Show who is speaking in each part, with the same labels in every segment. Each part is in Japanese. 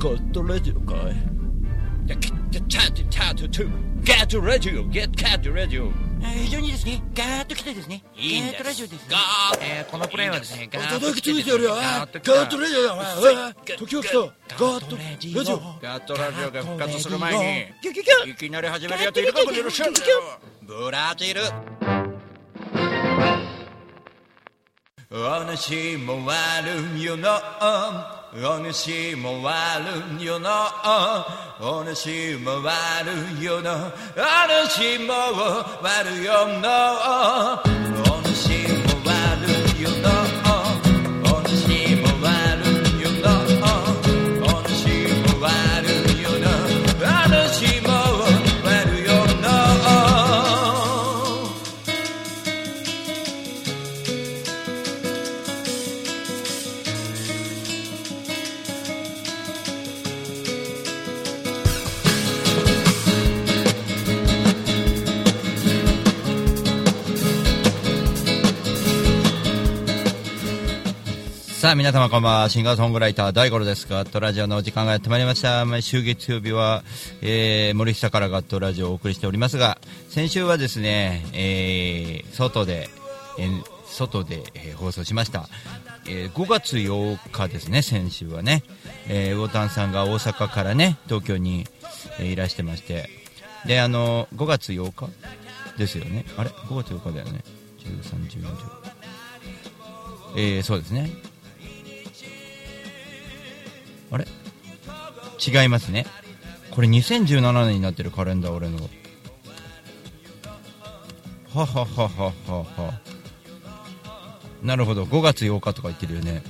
Speaker 1: ットラジオかい。ゲットラジオ、ゲットラジオ。
Speaker 2: 非常にですね、ガーッと来てですね、
Speaker 1: いいんです。
Speaker 2: ガーッとラジオです、ね。
Speaker 1: このプレイはですね、ガーッと
Speaker 3: 叩きついてやるよ。ガーッとラジオだ。時を来た。ガーッとラジオ。
Speaker 1: ガットラジオが復活する前にいきなり始めるやついるかもしれません。ブラジル。お主もあるよの、お主もあるよの、お主もあるよの、お主もあるよの、お主もあるよの、お主もあるよの、お主もあるよの、お主もあるよの。さあ皆様こんばんは。シンガーソングライター大五郎です。ガットラジオのお時間がやってまいりました。毎週月曜日は、森下からガットラジオをお送りしておりますが、先週はですね、外で、放送しました、5月8日ですね。先週はね、魚丹さんが大阪からね東京に、いらしてまして、で5月8日ですよね。あれ5月8日だよね。13、14、そうですね。あれ違いますね。これ2017年になってるカレンダー俺の。はははははは。なるほど、5月8日とか言ってるよね。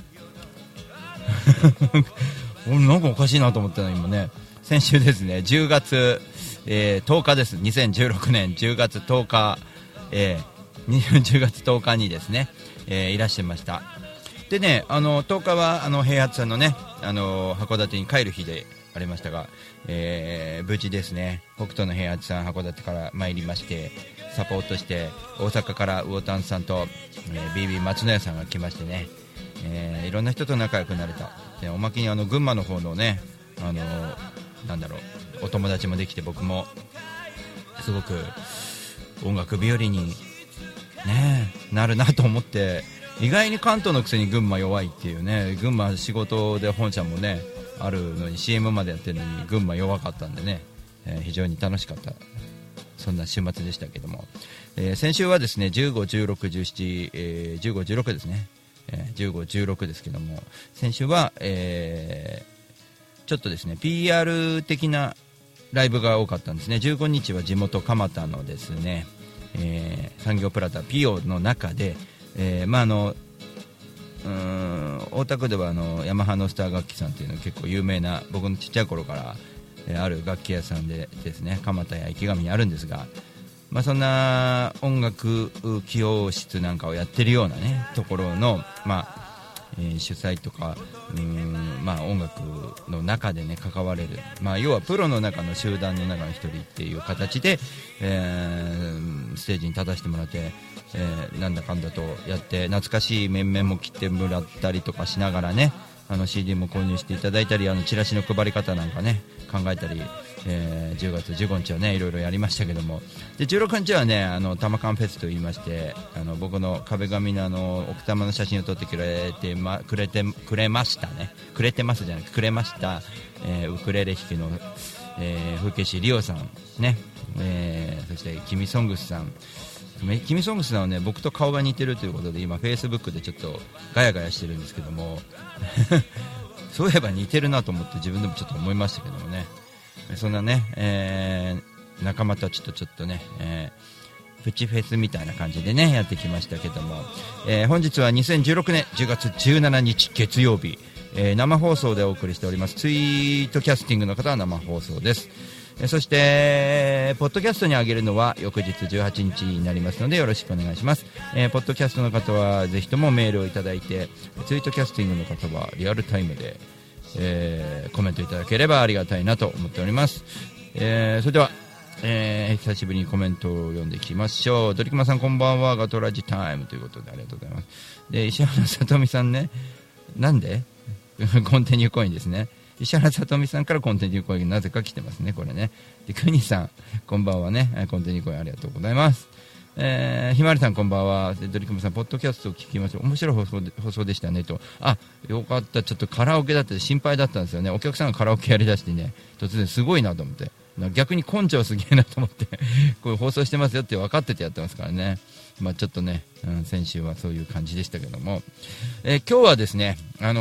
Speaker 1: 俺なんかおかしいなと思ったの今ね。先週ですね、10月、10日です。2016年10月10日、10月10日にですね、いらっしゃいました。でね、10日は平八さんのね、函館に帰る日でありましたが、無事ですね、北斗の平八さん函館から参りまして、サポートして大阪から魚丹さんと、BB 松野屋さんが来ましてね、いろんな人と仲良くなれた。でおまけに群馬の方のね、なんだろう、お友達もできて、僕もすごく音楽日和に、ね、なるなと思って、意外に関東のくせに群馬弱いっていうね。群馬仕事で本社もねあるのに CM までやってるのに群馬弱かったんでね、非常に楽しかった、そんな週末でしたけども、先週はですね15、16、17、15、16ですね、15、16ですけども、先週は、ちょっとですね PR 的なライブが多かったんですね。15日は地元蒲田のですね、産業プラザピオの中で、大田区ではヤマハのスター楽器さんっていうのは結構有名な、僕のちっちゃい頃から、ある楽器屋さんでですね、蒲田や池上にあるんですが、そんな音楽教室なんかをやってるようなねところの、主催とか音楽の中でね関われる、要はプロの中の集団の中の一人っていう形で、ステージに立たせてもらって、なんだかんだとやって、懐かしい面々も切ってもらったりとかしながらね、CD も購入していただいたり、チラシの配り方なんかね考えたり、10月15日はねいろいろやりましたけども、で16日はね玉缶フェスと言いまして、僕の壁紙の奥多摩の写真を撮ってくれましたね。くれてますじゃなくてくれました、ウクレレ弾きの、風景師リオさんね、そしてキミソングスさん。キミソングスさんはね僕と顔が似てるということで今フェイスブックでちょっとガヤガヤしてるんですけどもそういえば似てるなと思って自分でもちょっと思いましたけどもね、そんなね、仲間たちとちょっとね、プチフェスみたいな感じでねやってきましたけども、本日は2016年10月17日月曜日、生放送でお送りしております。ツイートキャスティングの方は生放送です。そしてポッドキャストに上げるのは翌日18日になりますのでよろしくお願いします。ポッドキャストの方はぜひともメールをいただいて、ツイートキャスティングの方はリアルタイムで、コメントいただければありがたいなと思っております。それでは、久しぶりにコメントを読んでいきましょう。ドリクマさんこんばんは、ガトラジタイムということでありがとうございます。で石原さとみさんね、なんでコンティニューコインですね、 石原さとみさんからコンテニコインなぜか来てますね、これね。で、くにさん、こんばんはね、コンテニコインありがとうございます。ひまわりさんこんばんは。でドリクムさん、ポッドキャストを聞きました。面白い放送でしたねと。あ、よかった。ちょっとカラオケだって心配だったんですよね。お客さんがカラオケやりだしてね、突然すごいなと思って。逆に根性すげえなと思ってこれ放送してますよって分かっててやってますからね。まあちょっとね、先週はそういう感じでしたけども、今日はですね、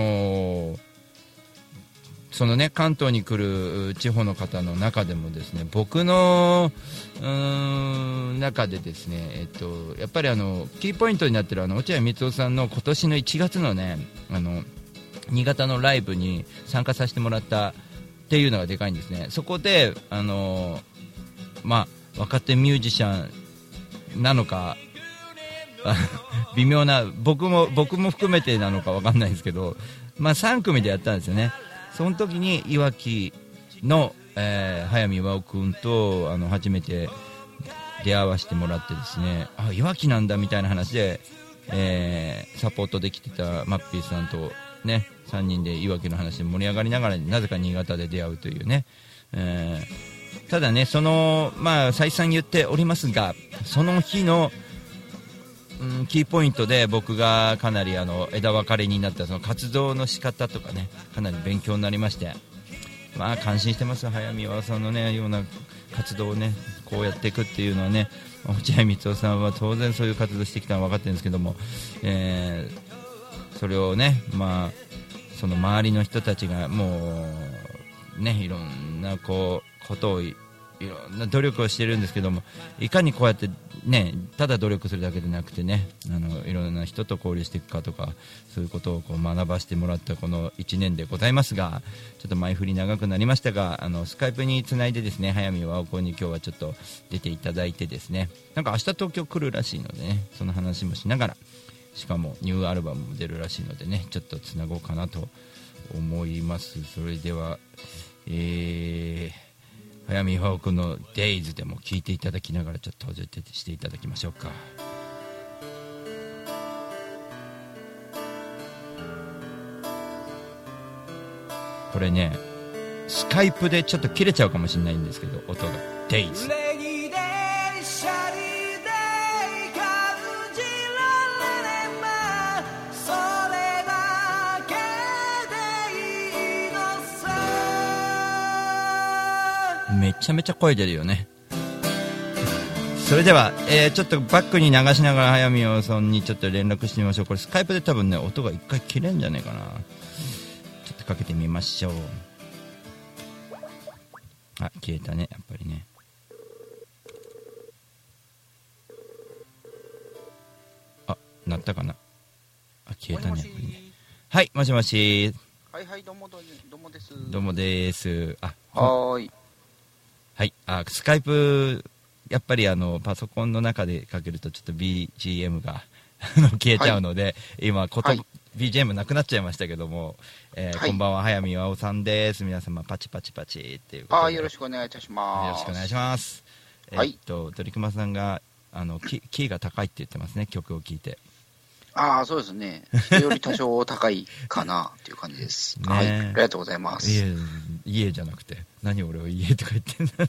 Speaker 1: そのね、関東に来る地方の方の中でもですね、僕の中でですね、やっぱりキーポイントになってる落合光雄さんの今年の1月のね、新潟のライブに参加させてもらったっていうのがでかいんですね。そこでまあ若手ミュージシャンなのか微妙な、僕も含めてなのか分かんないですけど、まあ3組でやったんですよね。その時にいわきの、早見巌君と初めて出会わせてもらってですね、あ、いわきなんだみたいな話で、サポートできてたマッピーさんとね、3人でいわきの話で盛り上がりながらなぜか新潟で出会うというね、ただね、まあ再三言っておりますが、その日のキーポイントで僕がかなり枝分かれになったその活動の仕方とかね、かなり勉強になりまして、まあ感心してます。早見巌さんのねような活動をねこうやっていくっていうのはね、落合光雄さんは当然そういう活動してきたのは分かってるんですけども、それをね、まあその周りの人たちがもうね、いろんなことをいろんな努力をしてるんですけども、いかにこうやってね、ただ努力するだけでなくてね、いろんな人と交流していくかとか、そういうことを学ばせてもらったこの1年でございますが、ちょっと前振り長くなりましたが、スカイプにつないでですね、早見巌君に今日はちょっと出ていただいてですね、なんか明日東京来るらしいのでね、その話もしながら、しかもニューアルバムも出るらしいのでね、ちょっとつなごうかなと思います。それでは早見巌君の Days でも聴いていただきながらちょっと登場していただきましょうか。これね、スカイプでちょっと切れちゃうかもしれないんですけど、音が Days。めちゃめちゃ声出るよね。それでは、ちょっとバックに流しながら早見巌さんにちょっと連絡してみましょう。これスカイプで多分ね、音が一回切れんじゃないかな。ちょっとかけてみましょう。あ、消えたね、やっぱりね。あ、鳴ったかな。あ、消えたね、やっぱりね。はい、もしもし。
Speaker 4: はいはい、どうもです。
Speaker 1: どうもです。あ、
Speaker 4: はーい。
Speaker 1: はい、スカイプやっぱりパソコンの中でかけるとちょっと BGM が消えちゃうので、はい、今BGM なくなっちゃいましたけども、はい、こんばんは、早見巌さんです。皆様パチパチパチっていうことで、
Speaker 4: よろしくお願いいたします。
Speaker 1: よろしくお願いします。
Speaker 4: はい、
Speaker 1: 鳥熊さんがキーが高いって言ってますね、曲を聴いて。
Speaker 4: そうですね。それより多少高いかなっていう感じです。ね、はい、ありがとうございます。
Speaker 1: 家じゃなくて、何俺を家とか言ってんだ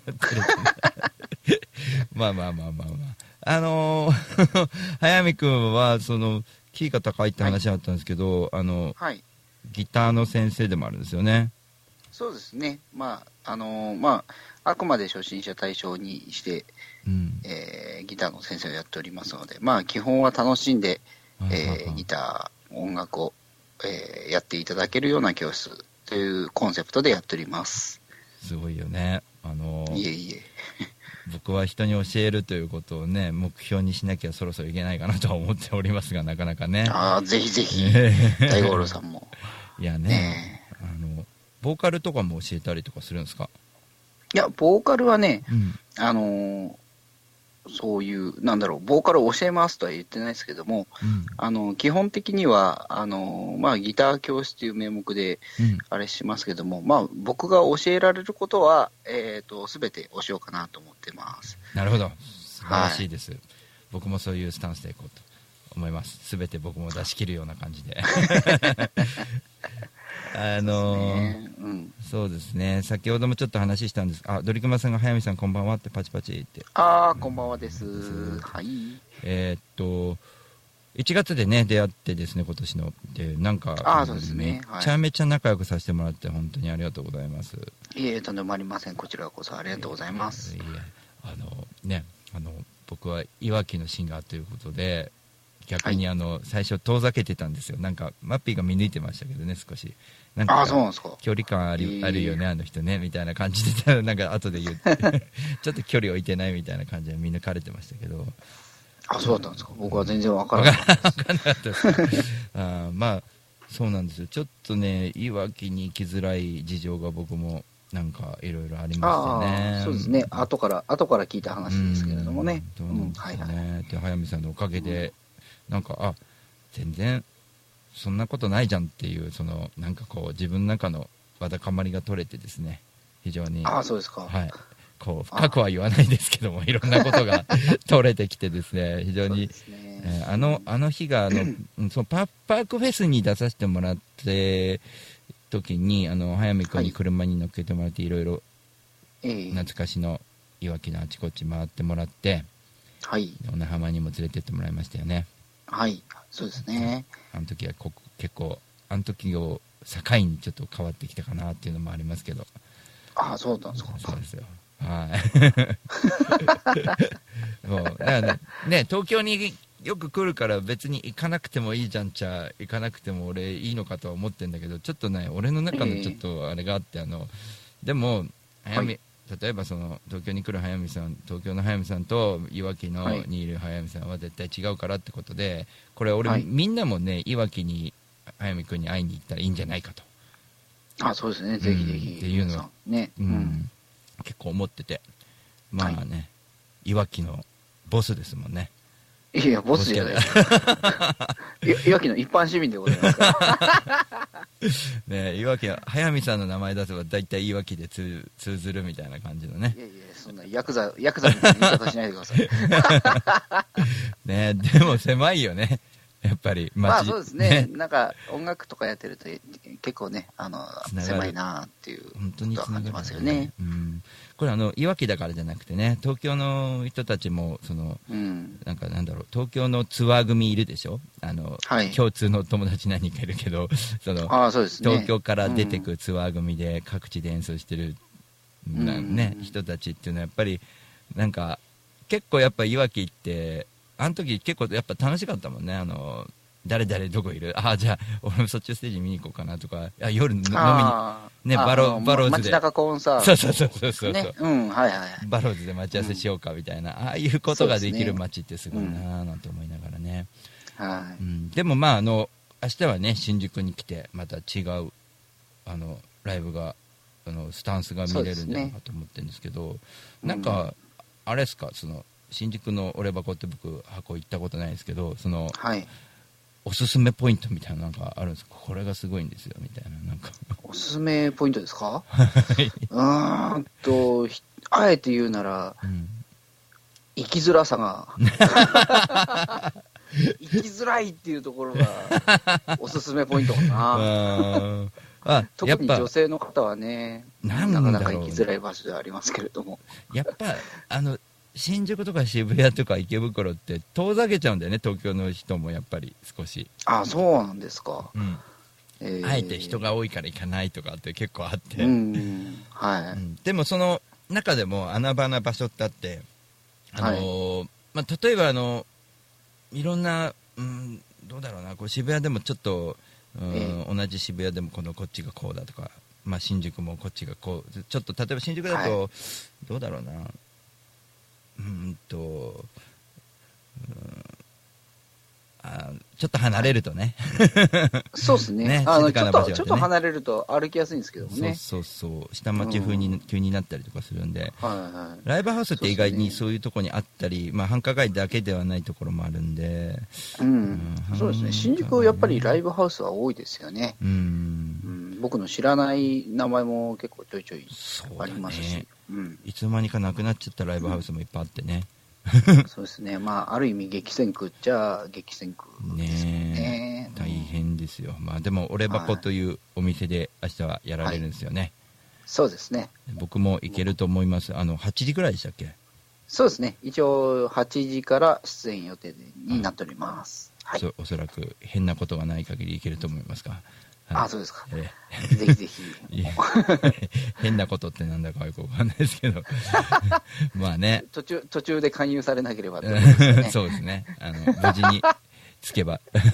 Speaker 1: まあ早見君はそのキーが高いって話だったんですけど、はい、ギターの先生でもあるんですよね。
Speaker 4: そうですね。あくまで初心者対象にして、ギターの先生をやっておりますので、基本は楽しんでギター、音楽を、やっていただけるような教室というコンセプトでやっております。
Speaker 1: すごいよね。
Speaker 4: いえいえ
Speaker 1: 僕は人に教えるということをね、目標にしなきゃそろそろいけないかなとは思っておりますが、なかなかね。
Speaker 4: ぜひぜひ大五郎さんも
Speaker 1: いやね、ボーカルとかも教えたりとかするんですか？
Speaker 4: いや、ボーカルはね、そういう、ボーカルを教えますとは言ってないですけども、基本的には、ギター教室という名目で、あれしますけども、僕が教えられることは、すべて教えようかなと思ってます。
Speaker 1: なるほど。素晴らしいです。はい、僕もそういうスタンスでいこうと思います。すべて僕も出し切るような感じで。 そうですね、先ほどもちょっと話したんです。ドリクマさんが早見さんこんばんはってパチパチって。
Speaker 4: こんばんはです。はい。
Speaker 1: 1月でね出会ってですね、今年のでなんか
Speaker 4: そうですね、
Speaker 1: めちゃめちゃ仲良くさせてもらって本当にありがとうございます。
Speaker 4: いえ、とんでもありません。こちらこそありがとうございます。
Speaker 1: 僕はいわきのシンガーということで、逆に最初遠ざけてたんですよ。なんかマッピーが見抜いてましたけどね、少しなんか
Speaker 4: そうなんですか。
Speaker 1: 距離感あるよね、あの人ねみたいな感じでなんか後で言ってちょっと距離置いてないみたいな感じで見抜かれてましたけど。
Speaker 4: そうだったんですか。僕は全然分からなかったです。
Speaker 1: 分からなかったですまあそうなんですよ。ちょっとねいわきに行きづらい事情が僕もなんかいろいろありましてね。
Speaker 4: そうですね。後から聞いた話ですけれどもね。
Speaker 1: そうなんですよね。で早見さんのおかげで、なんか全然そんなことないじゃんっていう、そのなんかこう自分の中のわだかまりが取れてですね、非常に
Speaker 4: そうですか。
Speaker 1: はい、こう深くは言わないですけどもいろんなことが取れてきてですね、非常にあの日がそのパークフェスに出させてもらって時に早見君に車に乗っけてもらっていろいろ懐かしのいわきのあちこち回ってもらって、小名浜にも連れてってもらいましたよね。
Speaker 4: はい、そうですね。
Speaker 1: あの時は結構あの時を境にちょっと変わってきたかなっていうのもありますけど。
Speaker 4: そうなんですか。
Speaker 1: そうですよ。はいもうだからね、東京によく来るから別に行かなくてもいいじゃんちゃ行かなくても俺いいのかとは思ってるんだけど、ちょっとね俺の中のちょっとあれがあって、でも例えばその東京に来る早見さん、東京の早見さんといわきのにいる早見さんは絶対違うからってことで、これ俺、みんなもねいわきに早見君に会いに行ったらいいんじゃないかと。
Speaker 4: そうですね、ぜひぜひ
Speaker 1: っていうのは
Speaker 4: ね、
Speaker 1: 結構思ってて、まあね、いわきのボスですもんね。
Speaker 4: いやボスじゃないいわきの一般市民でございますから
Speaker 1: ね、いわきは早見さんの名前出せば大体いわきで通ずるみたいな感じのね。
Speaker 4: いやそんなヤクザみたいな言い方しないでください
Speaker 1: ね、でも狭いよねやっぱり街。
Speaker 4: そうですね。なんか音楽とかやってると結構ね狭いなっていうことは感じますよね。
Speaker 1: これいわきだからじゃなくてね、東京の人たちもその、なんだろう、東京のツアー組いるでしょ。共通の友達何人かいるけどその
Speaker 4: そうですね、
Speaker 1: 東京から出てくツアー組で各地で演奏してる、人たちっていうのはやっぱりなんか結構やっぱいわきってあの時結構やっぱ楽しかったもんね。誰どこいる、じゃあ俺もそっちのステージ見に行こうかなとか、夜飲みにね、バローズで
Speaker 4: 街中コンサート、
Speaker 1: そう、バローズで待ち合わせしようかみたいな、ああいうことができる街ってすごいなーなんて思いながらね。でもまあ明日はね新宿に来てまた違うライブがスタンスが見れるんじゃないかと思ってるんですけど、なんかあれですか、その新宿の俺箱って僕箱行ったことないですけど、その、おすすめポイントみたいなのがあるんですか。これがすごいんですよみたいな、なんか
Speaker 4: おすすめポイントですかあえて言うなら、生きづらさが生きづらいっていうところがおすすめポイントかな特に女性の方はね、なかなか行きづらい場所ではありますけれども、
Speaker 1: やっぱ新宿とか渋谷とか池袋って遠ざけちゃうんだよね、東京の人もやっぱり少し。
Speaker 4: そうなんですか。
Speaker 1: あえて人が多いから行かないとかって結構あって、でもその中でも穴場な場所ってあって、例えばいろんな、どうだろうな、こう渋谷でもちょっと、同じ渋谷でもこっちがこうだとか、新宿もこっちがこう、ちょっと例えば新宿だと、どうだろうな、ちょっと離れるとね
Speaker 4: そうですね、ちょっと離れると歩きやすいんですけどもね。
Speaker 1: そう下町風に急になったりとかするんで、ライブハウスって意外にそういうところにあったり、繁華街だけではないところもあるんで、
Speaker 4: そうですね、新宿やっぱりライブハウスは多いですよね。僕の知らない名前も結構ちょいちょいありますし、
Speaker 1: いつの間にかなくなっちゃったライブハウスもいっぱいあってね。
Speaker 4: そうですね、ある意味激戦区っちゃ激戦区ですよね。
Speaker 1: 大変ですよ。でも俺箱というお店で明日はやられるんですよね。
Speaker 4: そうですね。
Speaker 1: 僕も行けると思います。8時ぐらいでしたっけ？
Speaker 4: そうですね。一応8時から出演予定になっております。はい。
Speaker 1: おそらく変なことがない限り行けると思いますが。
Speaker 4: はい、そうですか。ぜひぜひ。
Speaker 1: 変なことってなんだかよくわかんないですけど。まあね。
Speaker 4: 途中で勧誘されなければって
Speaker 1: ことですね。そうですね。無事につけば。はい。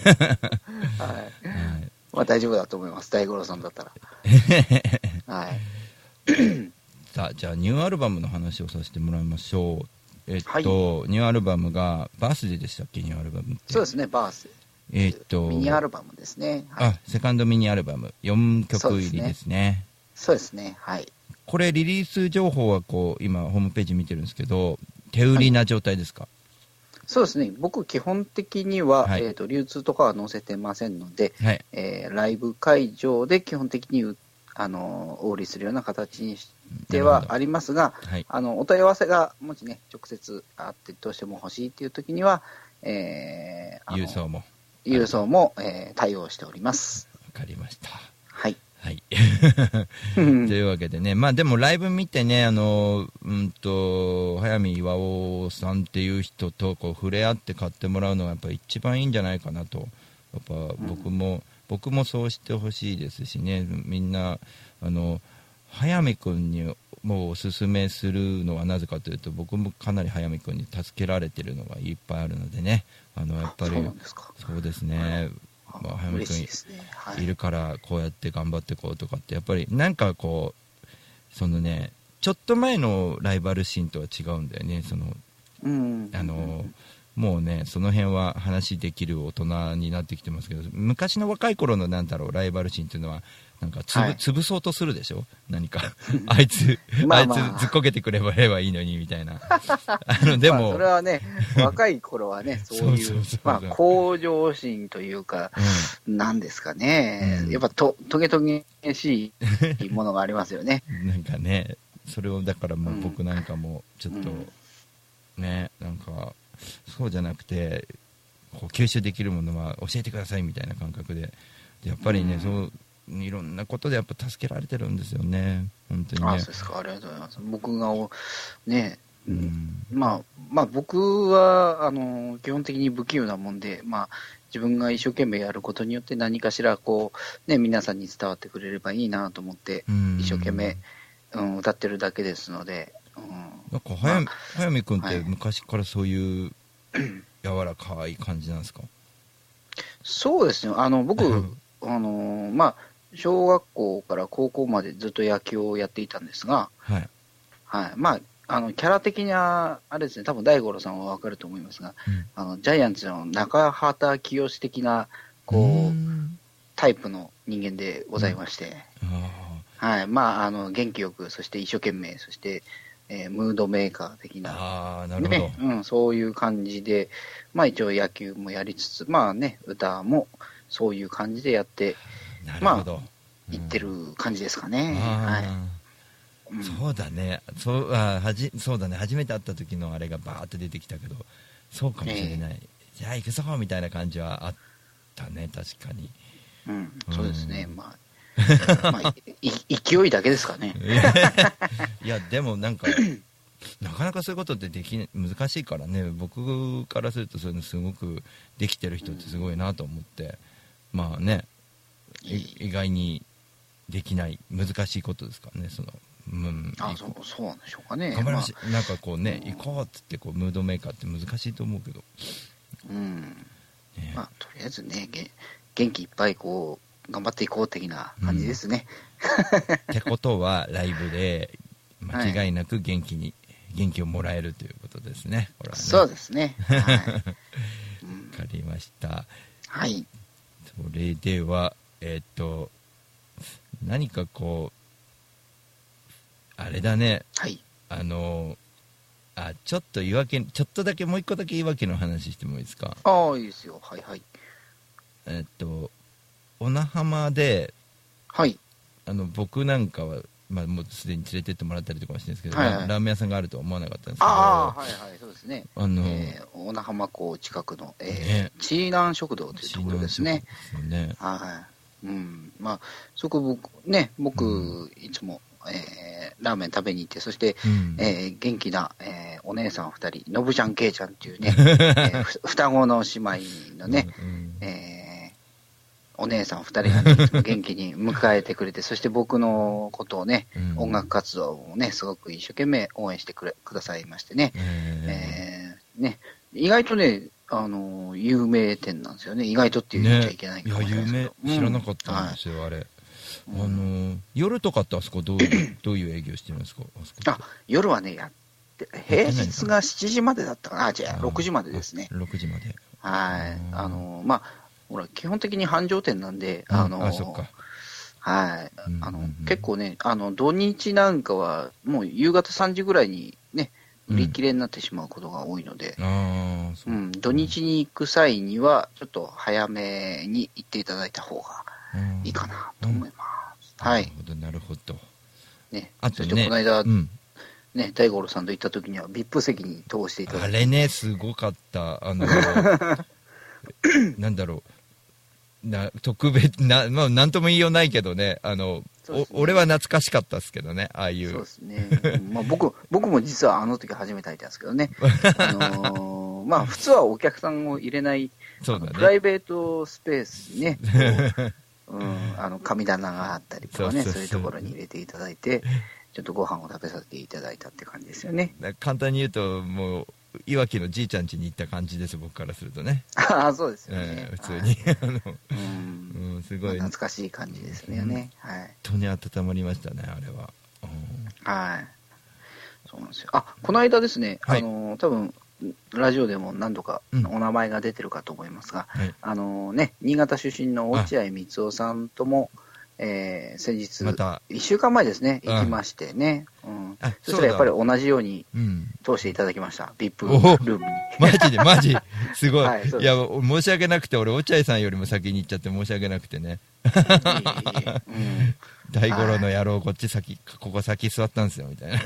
Speaker 4: まあ大丈夫だと思います。大五郎さんだったら。はい。
Speaker 1: さあ、じゃあニューアルバムの話をさせてもらいましょう。
Speaker 4: はい、
Speaker 1: ニューアルバムがバースデーでしたっけ？ニューアルバムって。
Speaker 4: そうですね、バースデー。ミニアルバムですね。
Speaker 1: はい、セカンドミニアルバム4曲入りですね。
Speaker 4: そうですね。はい。
Speaker 1: これリリース情報は今ホームページ見てるんですけど、手売りな状態ですか？
Speaker 4: はい、そうですね。僕基本的には、
Speaker 1: はい、
Speaker 4: 流通とかは載せてませんので、
Speaker 1: はい、
Speaker 4: ライブ会場で基本的にお売りするような形にしてはありますが、はい、お問い合わせがもしね直接あってどうしても欲しいっていう時には、郵送も対応しております。
Speaker 1: わかりました。
Speaker 4: はい。
Speaker 1: はい。というわけでね、まあでもライブ見てね、早見巌さんっていう人と触れ合って買ってもらうのがやっぱり一番いいんじゃないかなと。やっぱ僕もそうしてほしいですしね、みんな早見君にもうおすすめするのはなぜかというと、僕もかなり早見君に助けられてるのがいっぱいあるのでね、やっぱりそうですね、まあ、早見君いるからこうやって頑張ってこうとかって、やっぱりなんかそのね、ちょっと前のライバルシーンとは違うんだよね。もうね、その辺は話できる大人になってきてますけど、昔の若い頃のライバルシーンっていうのはなんか潰そうとするでしょ、何かあいつずっこけてくればいいのにみたいなでも、
Speaker 4: それはね、若い頃はね、そういう向上心というか、なんですかね、やっぱトゲトゲしいものがありますよね。
Speaker 1: なんかね、それをだからもう僕なんかもちょっとね、なんかそうじゃなくて吸収できるものは教えてくださいみたいな感覚で、やっぱりね、いろんなことでやっぱ助けられてるんですよね、本当にね。
Speaker 4: そうですか、ありがとうございます。僕がね、まあ僕は基本的に不器用なもんで、自分が一生懸命やることによって何かしら皆さんに伝わってくれればいいなと思って一生懸命、歌ってるだけですので。
Speaker 1: なんか早見君って昔からそういう柔らかい感じなんですか？
Speaker 4: そうですね、僕小学校から高校までずっと野球をやっていたんですが、キャラ的なあれですね、多分大五郎さんは分かると思いますが、ジャイアンツの中畑清的なタイプの人間でございまして、元気よく、そして一生懸命、そしてムードメーカー的な、
Speaker 1: なるほど、
Speaker 4: そういう感じで、一応野球もやりつつ、歌もそういう感じでやって、いってる感じですかね。
Speaker 1: そうだね、そうだね、初めて会った時のあれがバーって出てきたけど、そうかもしれない。じゃあ行くぞみたいな感じはあったね、確かに。
Speaker 4: そうですね。勢いだけですかね。
Speaker 1: いやでもなんかなかなかそういうことって難しいからね、僕からするとそういうのすごくできてる人ってすごいなと思って、意外にできない難しいことですからね。そうなんでし
Speaker 4: ょうかね。
Speaker 1: 頑張りましょう、なんか行こうっつってムードメーカーって難しいと思うけど、
Speaker 4: とりあえずね、元気いっぱい頑張っていこう的な感じですね。
Speaker 1: ってことはライブで間違いなく元気をもらえるということですね。これはね、
Speaker 4: そうですね。わか
Speaker 1: りました。
Speaker 4: はい。
Speaker 1: それでは何かあれだね。
Speaker 4: はい。
Speaker 1: ちょっとだけもう一個だけ言い訳の話してもいいですか？
Speaker 4: いいですよ。はいはい。
Speaker 1: 小名浜で、僕なんかは、もうすでに連れてってもらったりとかもしてるんですけど、ラーメン屋さんがあるとは思わなかったんですけど、
Speaker 4: そうですね。小名浜港近くの、チーナン食堂というところですね。そこ僕いつもラーメン食べに行って、そして、元気な、お姉さん2人、のぶちゃん、けいちゃんっていうね、双子の姉妹のね、お姉さん2人が、ね、いつも元気に迎えてくれて、そして僕のことをね、音楽活動をね、すごく一生懸命応援してくださいましてね、ね、意外とね、有名店なんですよね。意外とって言っちゃいけないかもしれないですけど、
Speaker 1: いや、有名、知らなかったんですよ、あれ。夜とかってあそこどういう営業してるんですか？
Speaker 4: 夜はね、平日が7時までだったかな。違う、6時までですね。
Speaker 1: 6時まで。
Speaker 4: はい。まあ、ほら、基本的に繁盛店なんで、
Speaker 1: そっか。
Speaker 4: はい。結構ね、土日なんかは、もう夕方3時ぐらいにね、売り切れになってしまうことが多いので、土日に行く際には、ちょっと早めに行っていただいた方がいいかなと思います。はい。
Speaker 1: なるほど。
Speaker 4: ね、そしてこの間、ね、大五郎さんと行った時には、VIP 席に通していただいて。
Speaker 1: あれね、すごかった。なんだろう。特別な、まあ、なんとも言いようないけどね、俺は懐かしかったですけどね、ああいう。
Speaker 4: そうですね。まあ、僕も実はあの時初めて入ったんですけどね。まあ、普通はお客さんを入れない、
Speaker 1: そうだね、
Speaker 4: プライベートスペースにね、神棚があったりとかね、そういうところに入れていただいて、ちょっとご飯を食べさせていただいたって感じですよね。
Speaker 1: 簡単に言うと、もう、いわきのじいちゃん家に行った感じです、僕からするとね。
Speaker 4: そうですよね。
Speaker 1: 普通に。すごい。
Speaker 4: 懐かしい感じですね。はい。
Speaker 1: 本当に温まりましたね、あれは。
Speaker 4: はい。そうなんですよ。この間ですね、多分、ラジオでも何度かお名前が出てるかと思いますが、新潟出身の落合光雄さんとも、先日、1週間前ですね、行きましてね。そしたらやっぱり同じように通していただきました。VIP ルームに。
Speaker 1: マジすごい。いや、申し訳なくて、俺、落合さんよりも先に行っちゃって申し訳なくてね。大五郎の野郎、ここ先座ったんですよ、みたいな。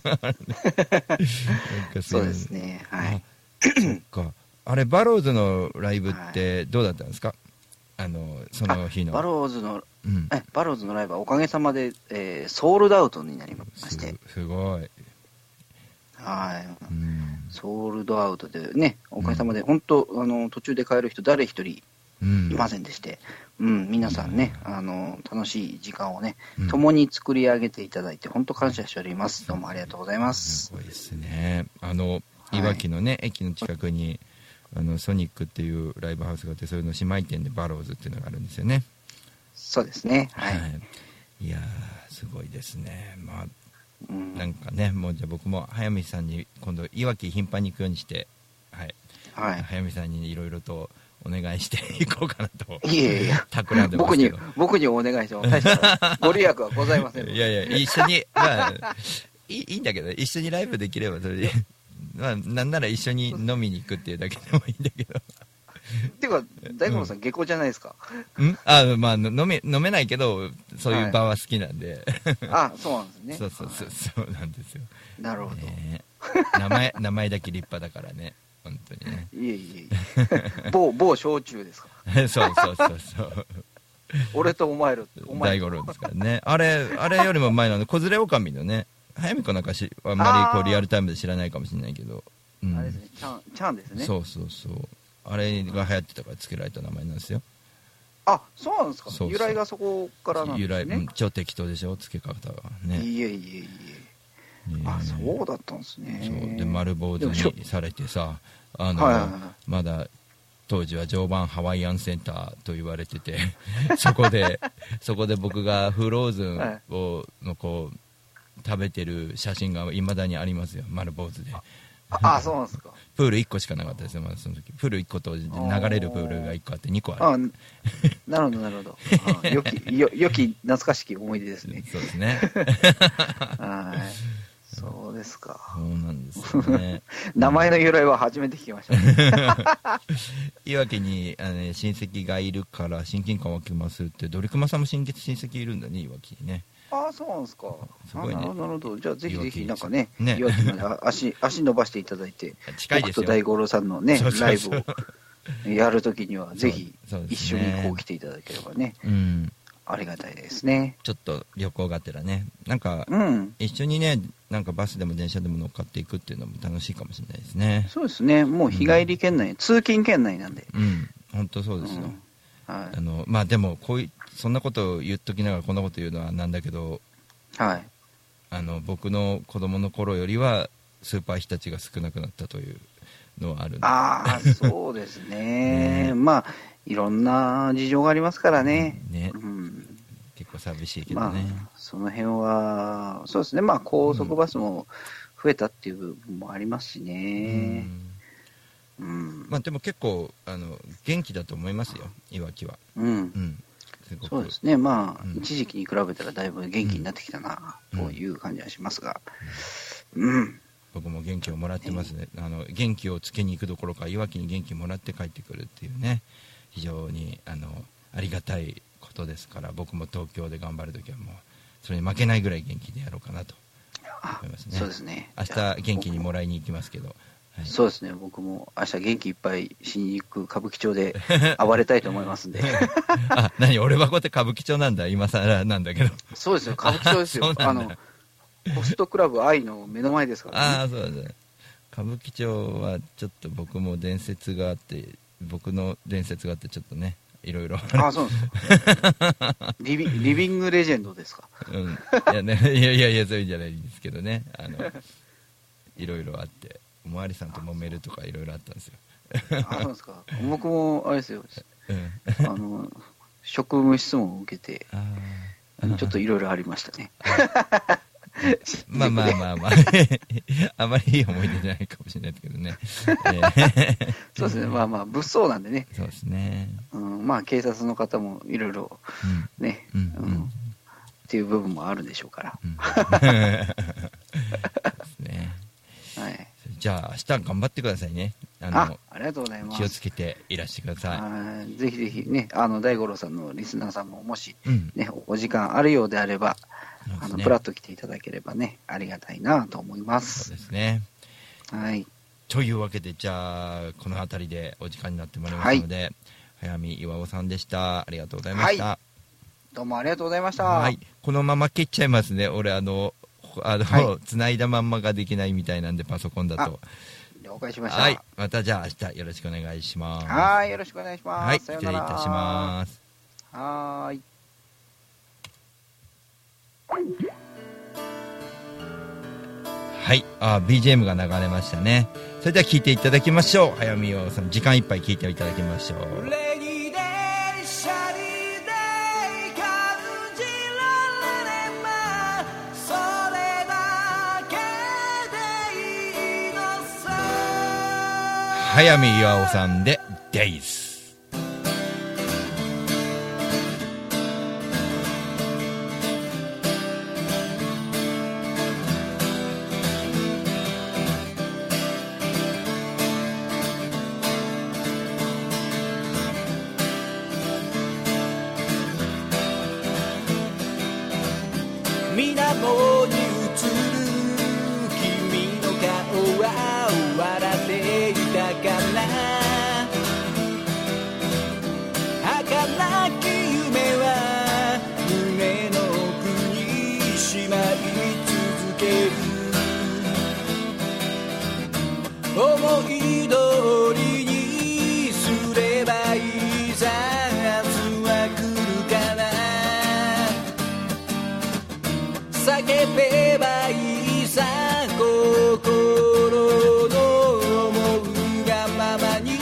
Speaker 4: そうですね。はい。
Speaker 1: そっか。あれ、バローズのライブってどうだったんですか？その日の。
Speaker 4: バローズのライブはおかげさまで、ソールドアウトになりまして。
Speaker 1: すごい。
Speaker 4: はい。ソールドアウトでね、おかげさまで、本当、途中で帰る人誰一人いませんでして、皆さんね、楽しい時間をね、共に作り上げていただいて、本当感謝しております。どうもありがとうございます。
Speaker 1: すごいですね。いわきのね、駅の近くに、ソニックっていうライブハウスがあって、それの姉妹店でバローズっていうのがあるんですよね。
Speaker 4: そうですね。はい。
Speaker 1: いやー、すごいですね。まあ、なんかね、もうじゃあ僕も早見さんに今度いわき頻繁に行くようにして、早見さんにいろいろとお願いしていこうかなと。
Speaker 4: いやいや、
Speaker 1: 企んでますけど。
Speaker 4: 僕にお願いしても大したご利益はございません。
Speaker 1: いやいや、一緒に、まあ、いいんだけど、一緒にライブできればそれで、まあ、なんなら一緒に飲みに行くっていうだけでもいいんだけど。
Speaker 4: っていうか、大五郎さん、下校じゃないですか。
Speaker 1: まあ、飲めないけど、そういう場は好きなんで。
Speaker 4: そうなんですね。
Speaker 1: そうなんですよ。
Speaker 4: なるほど。
Speaker 1: 名前だけ立派だからね、本当にね。
Speaker 4: いえ。某焼酎ですか。
Speaker 1: そう。
Speaker 4: 俺とお前ら。
Speaker 1: 大五郎ですからね。あれよりも前の子連れ狼のね、早見子なんかあんまりリアルタイムで知らないかもしれないけど。
Speaker 4: あれですね、チャンですね。
Speaker 1: そう。あれが流行ってたから付けられた名前なんですよ。
Speaker 4: そうなんですか。由来がそこからなんですね。
Speaker 1: 超適当でしょ、付け方がね。
Speaker 4: いえ。そうだったんですね。
Speaker 1: そうで、丸坊主にされてさ、まだ当時は常磐ハワイアンセンターと言われてて、そこで僕がフローズンのこう食べてる写真がいまだにありますよ、丸坊主で。
Speaker 4: そうなんですか。
Speaker 1: プール1個しかなかったですよ、まだその時。プール1個と流れるプールが1個あって2個ある。
Speaker 4: なるほど。良き懐かしき思い出ですね。
Speaker 1: そうですね。
Speaker 4: そうですか。
Speaker 1: そうなんですよね。
Speaker 4: 名前の由来は初めて聞きました。
Speaker 1: いわきに親戚がいるから親近感湧きますって、ドリクマさんも親戚いるんだね、いわきにね。
Speaker 4: そうなんですか。
Speaker 1: すごいね。
Speaker 4: なるほど。じゃあぜひなんかね、いわきまで足伸ばしていただいて、
Speaker 1: 近いですよ。
Speaker 4: 僕と大五郎さんのね、ライブをやるときにはぜひ一緒にこう来ていただければね。 ありがたいですね。
Speaker 1: ちょっと旅行がてらね、なんか、一緒にね、なんかバスでも電車でも乗っかっていくっていうのも楽しいかもしれないですね。
Speaker 4: そうですね、もう日帰り圏内、通勤圏内なんで。
Speaker 1: 本当そうですよ。
Speaker 4: はい、
Speaker 1: まあでもそんなことを言っときながらこんなこと言うのはなんだけど、
Speaker 4: はい、
Speaker 1: 僕の子供の頃よりはスーパー日立が少なくなったというのはあるんで。
Speaker 4: そうですね。まあいろんな事情がありますからね。結
Speaker 1: 構寂しいけどね。
Speaker 4: その辺はそうですね。まあ高速バスも増えたっていう部分もありますしね。ま
Speaker 1: あでも結構元気だと思いますよ、いわきは。
Speaker 4: そうですね。まあ一時期に比べたらだいぶ元気になってきたなという感じはしますが。
Speaker 1: 僕も元気をもらってますね。元気をつけに行くどころかいわきに元気もらって帰ってくるっていうね、非常にありがたいことですから、僕も東京で頑張るときはもうそれに負けないぐらい元気でやろうかなと思いますね。
Speaker 4: そうですね。
Speaker 1: 明日元気にもらいに行きますけど。
Speaker 4: そうですね。僕も明日元気いっぱい新宿歌舞伎町で暴れたいと思いますんで。
Speaker 1: 俺はこうやって歌舞伎町なんだ、今更なんだけど。
Speaker 4: そうですよ、歌舞伎町ですよ。ホストクラブ愛の目の前ですからね。
Speaker 1: そうですね。歌舞伎町はちょっと僕の伝説があって、ちょっとね、いろいろ。
Speaker 4: そうですか。リビングレジェンドですか。
Speaker 1: いやそういうんじゃないんですけどね。いろいろあって、おまわりさんと揉めるとかいろいろあったんですよ。
Speaker 4: そうですか。僕もあれですよ。職務質問を受けて、ちょっといろいろありましたね。
Speaker 1: まああまりいい思い出じゃないかもしれないですけどね。
Speaker 4: そうですね。まあ物騒なんでね。
Speaker 1: そうですね。
Speaker 4: まあ警察の方もいろいろね、っていう部分もあるでしょうから。
Speaker 1: ですね。
Speaker 4: はい。
Speaker 1: じゃあ明日頑張ってくださいね。
Speaker 4: ありがとうございます。
Speaker 1: 気をつけていらしてくださ
Speaker 4: い。ぜひぜひね、大五郎さんのリスナーさんももしね、お時間あるようであれば、プラッと来ていただければね、ありがたいなと思います。
Speaker 1: そうですね。
Speaker 4: はい。
Speaker 1: というわけで、じゃあこの辺りでお時間になってまいりましたので、早見岩尾さんでした。ありがとうございました。
Speaker 4: どうもありがとうございました。
Speaker 1: はい。このまま切っちゃいますね。俺繋いだまんまができないみたいなんで、パソコンだと。
Speaker 4: 了解しました。
Speaker 1: はい。またじゃあ明日よろしくお願いします。
Speaker 4: はい。よろしくお願いします。
Speaker 1: はい。失礼いたします。
Speaker 4: はい。
Speaker 1: はい。BGM が流れましたね。それでは聴いていただきましょう。早見洋さん、時間いっぱい聴いていただきましょう。早見岩尾さんで Days。
Speaker 5: 水面に映る君の顔は笑っていたかな。儚き夢は胸の奥にしまい続ける。思い通りにすればいいさ。明日は来るかな。叫べばいいさ。心の思うがままに。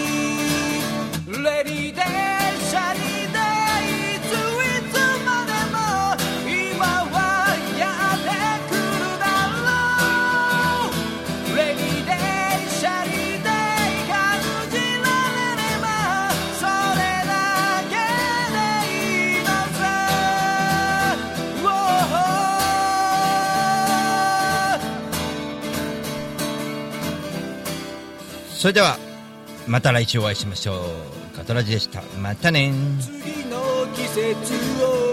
Speaker 5: レディーでシャリでいつまでも今はやってくるだろう。レディーでシャリで感じられればそれだけでいいのさ。
Speaker 1: それではまた来週お会いしましょう。カトラジでした。またね。
Speaker 5: 次の季節を